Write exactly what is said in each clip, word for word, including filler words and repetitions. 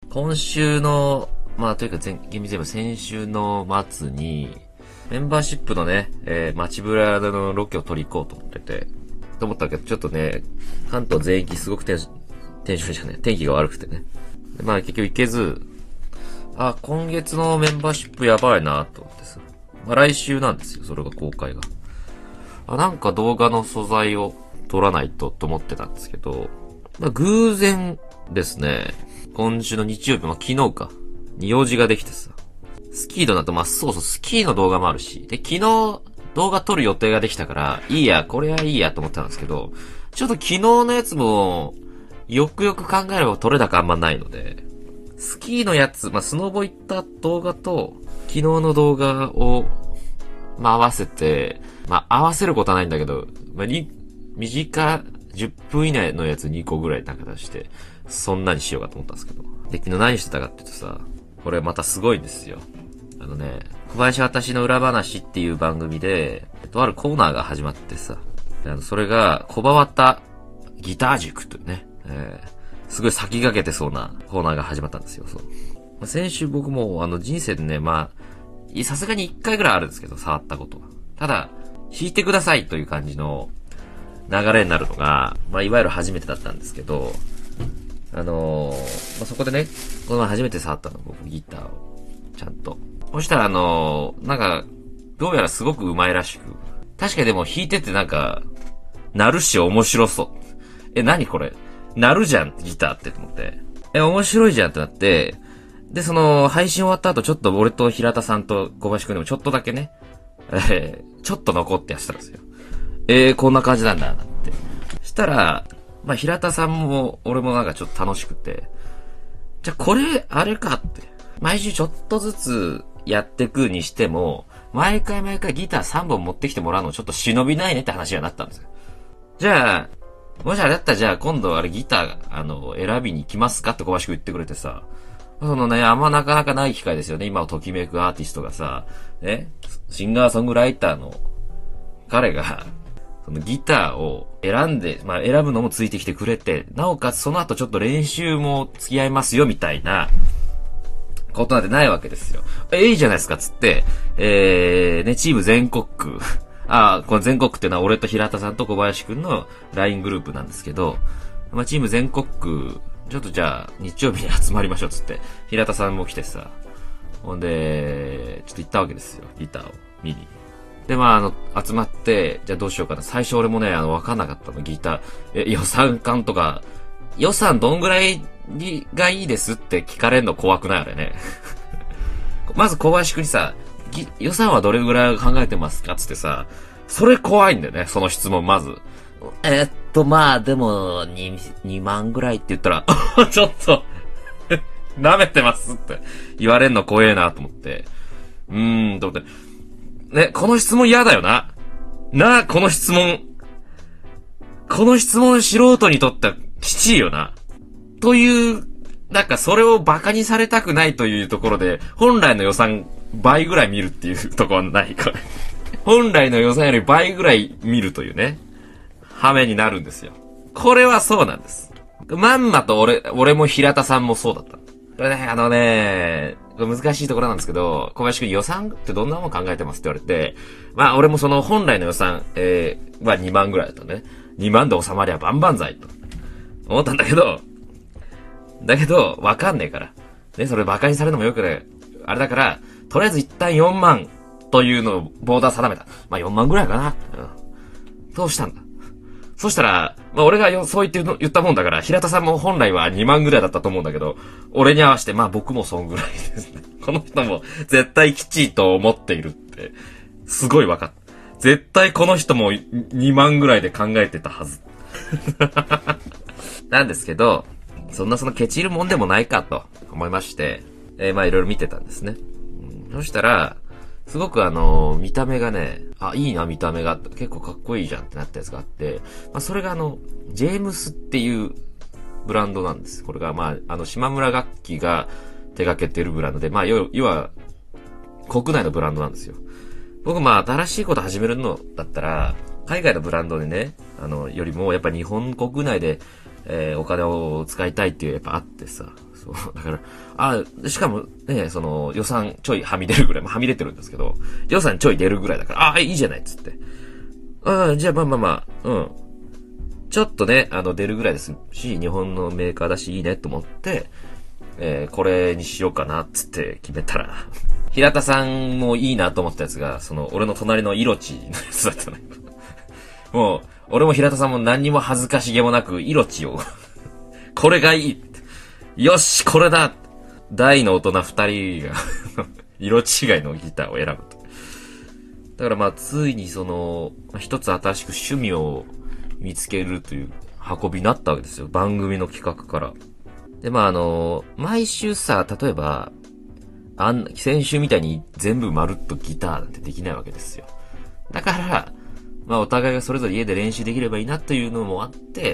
今週の、まあというか全、厳密に言えば先週の末に、メンバーシップのね、えー、街ブラのロケを取り行こうと思ってて、と思ったけど、ちょっとね、関東全域すごくテンション、テンションじゃない、天気が悪くてね。でまあ結局行けず、あ、今月のメンバーシップやばいなと思ってさ。まあ来週なんですよ、それが公開が。あ、なんか動画の素材を撮らないとと思ってたんですけど、まあ偶然ですね、今週の日曜日、まあ昨日か、に用事ができてさ。スキードだと、まあそうそう、スキーの動画もあるし、で、昨日動画撮る予定ができたから、いいや、これはいいやと思ってたんですけど、ちょっと昨日のやつも、よくよく考えれば撮れ高あんまないので、スキーのやつ、まあスノボ行った動画と、昨日の動画を、まあ合わせて、まあ合わせることはないんだけど、まあに、短じゅっぷん以内のやつにこぐらいなんか出して、そんなにしようかと思ったんですけど。で、昨日何してたかって言うとさ、これまたすごいんですよ。あのね、小林私の裏話っていう番組で、とあるコーナーが始まってさ、あの、それが、小葉綿ギター塾というね、えー、すごい先駆けてそうなコーナーが始まったんですよ、そう。まあ、先週僕も、あの、人生でね、まあ、さすがにいっかいぐらいあるんですけど、触ったことは。ただ、弾いてくださいという感じの流れになるのが、まあ、いわゆる初めてだったんですけど、あのー、まあ、そこでね、この前初めて触ったの、僕、ギターを。ちゃんと。そしたらあのー、なんか、どうやらすごく上手いらしく。確かにでも弾いててなんか、鳴るし面白そう。え、何これ鳴るじゃん、ギターって思って。え、面白いじゃんってなって、で、その、配信終わった後、ちょっと俺と平田さんと小林くんでもちょっとだけね、えー、ちょっと残ってやってたんですよ。えー、こんな感じなんだ、なって。したら、まあ、平田さんも、俺もなんかちょっと楽しくて、じゃ、これ、あれかって。毎週ちょっとずつやってくにしても、毎回毎回ギターさんぼん持ってきてもらうのちょっと忍びないねって話になったんですよ。じゃあ、もしあれだったらじゃあ今度あれギター、あの、選びに行きますかって小林くん言ってくれてさ、そのね、あんまなかなかない機会ですよね。今をときめくアーティストがさ、ね、シンガーソングライターの彼が、そのギターを選んで、まあ選ぶのもついてきてくれて、なおかつその後ちょっと練習も付き合いますよみたいなことなんてないわけですよ。え、いいじゃないですかつって、えー、ね、チーム全国区。あ、この全国区っていうのは俺と平田さんと小林くんの ライン グループなんですけど、まあチーム全国区、ちょっとじゃあ日曜日に集まりましょうつって、平田さんも来てさ、ほんで、ちょっと行ったわけですよ。ギターを見に。で、まあ、あの、集まって、じゃあどうしようかな。最初俺もね、あの、わかんなかったの、ギター。え、予算感とか、予算どんぐらいがいいですって聞かれるの怖くないあれね。まず小林くんにさ、予算はどれぐらい考えてますかつってさ、それ怖いんだよね、その質問まず。えー、っと、まあ、でも、に、にまんぐらいって言ったら、ちょっと、舐めてますって言われんの怖えなと思って。うーん、と思って。ね、この質問嫌だよな。なあ、この質問。この質問素人にとってはきちいよな。という、なんかそれをバカにされたくないというところで、本来の予算倍ぐらい見るっていうところはないこれ。本来の予算より倍ぐらい見るというね、羽目になるんですよ。これはそうなんです。まんまと俺、俺も平田さんもそうだった。これね、あのね、難しいところなんですけど、小林くん予算ってどんなもん考えてますって言われて、まあ俺もその本来の予算、えー、はにまんぐらいだったね。にまんで収まりゃ万々歳と思ったんだけど、だけど、わかんねえから。ね、それ馬鹿にされるのもよくね、あれだから、とりあえず一旦よんまんというのをボーダー定めた。まあよんまんぐらいかな。うん。そうしたんだ。そしたら、まあ俺がよそう言って言ったもんだから、平田さんも本来はにまんぐらいだったと思うんだけど、俺に合わせて、まあ僕もそんぐらいですね。この人も絶対きちいと思っているって、すごいわかった。絶対この人もにまんぐらいで考えてたはず。なんですけど、そんなそのケチるもんでもないかと思いまして、えー、まあいろいろ見てたんですね。うん、そしたら、すごくあのー、見た目がね、あ、いいな見た目が、結構かっこいいじゃんってなったやつがあって、まあそれがあの、ジェームスっていうブランドなんです。これがまあ、あの、島村楽器が手掛けてるブランドで、まあ要は、国内のブランドなんですよ。僕まあ新しいこと始めるのだったら、海外のブランドでね、あの、よりもやっぱ日本国内で、えー、お金を使いたいっていうやっぱあってさ、 そう。だから、あ、しかもね、その予算ちょいはみ出るぐらい、まあ、はみ出てるんですけど、予算ちょい出るぐらいだから、あ、いいじゃないっつって。あじゃあまあまあまあ、うん。ちょっとね、あの、出るぐらいですし、日本のメーカーだしいいねと思って、えー、これにしようかなっつって決めたら、平田さんもいいなと思ったやつが、その、俺の隣のイロチのやつだったのよ。もう、俺も平田さんも何にも恥ずかしげもなく、イロチを、これがいいって。よし、これだ大の大人二人が、色違いのギターを選ぶと。だからまあ、ついにその、一つ新しく趣味を見つけるという運びになったわけですよ。番組の企画から。で、まああの、毎週さ、例えば、あん、先週みたいに全部まるっとギターなんてできないわけですよ。だから、まあお互いがそれぞれ家で練習できればいいなというのもあって、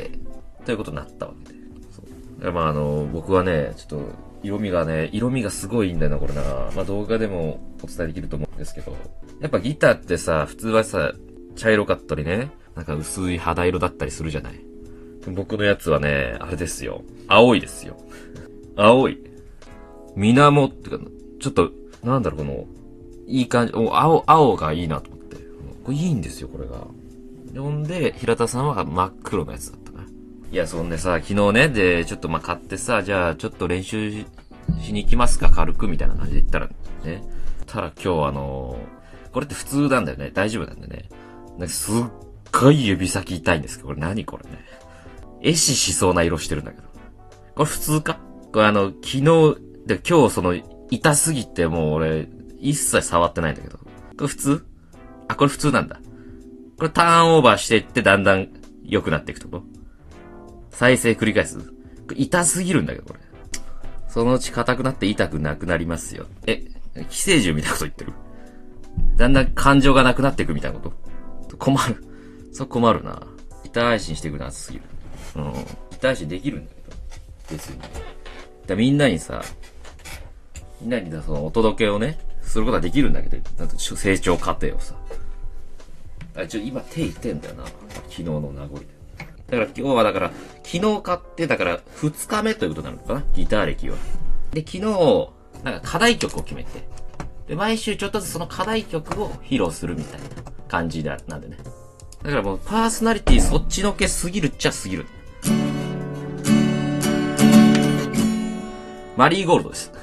ということになったわけで。そう。だからまああの、僕はね、ちょっと、色味がね、色味がすごいいいんだよな、これな。まあ動画でもお伝えできると思うんですけど、やっぱギターってさ、普通はさ、茶色かったりね、なんか薄い肌色だったりするじゃない。僕のやつはね、あれですよ。青いですよ。青い。水面ってか、ちょっと、なんだろう、この、いい感じ、お青、青がいいなと思って。これいいんですよ、これが。ほんで、平田さんは真っ黒のやつだったな。いや、そんでさ、昨日ね、で、ちょっとま、買ってさ、じゃあ、ちょっと練習しに行きますか、軽く、みたいな感じで言ったら、ね。たら今日あのー、これって普通なんだよね。大丈夫なんだよね。なんかすっごい指先痛いんですけど、これ何これね。壊死しそうな色してるんだけど。これ普通か？これあの、昨日、で、今日その、痛すぎてもう俺、一切触ってないんだけど。これ普通？あ、これ普通なんだ。これターンオーバーしていってだんだん良くなっていくとこ。再生繰り返す。これ痛すぎるんだけど、これ。そのうち硬くなって痛くなくなりますよ。え、寄生獣みたいなこと言ってる？だんだん感情がなくなっていくみたいなこと困る。そう困るな。痛配信してくるな、熱すぎる。うん。痛配信できるんだけど。別に。だみんなにさ、みんなにそのお届けをね、することはできるんだけど、なんと成長過程をさ。あ、ちょ、今手痛いんだよな。昨日の名残で。だから今日はだから、昨日買って、だからふつかめということになるのかな、ギター歴は。で、昨日、なんか課題曲を決めて。で、毎週ちょっとずつその課題曲を披露するみたいな感じだ、なんでね。だからもうパーソナリティそっちのけすぎるっちゃすぎる。マリーゴールドです。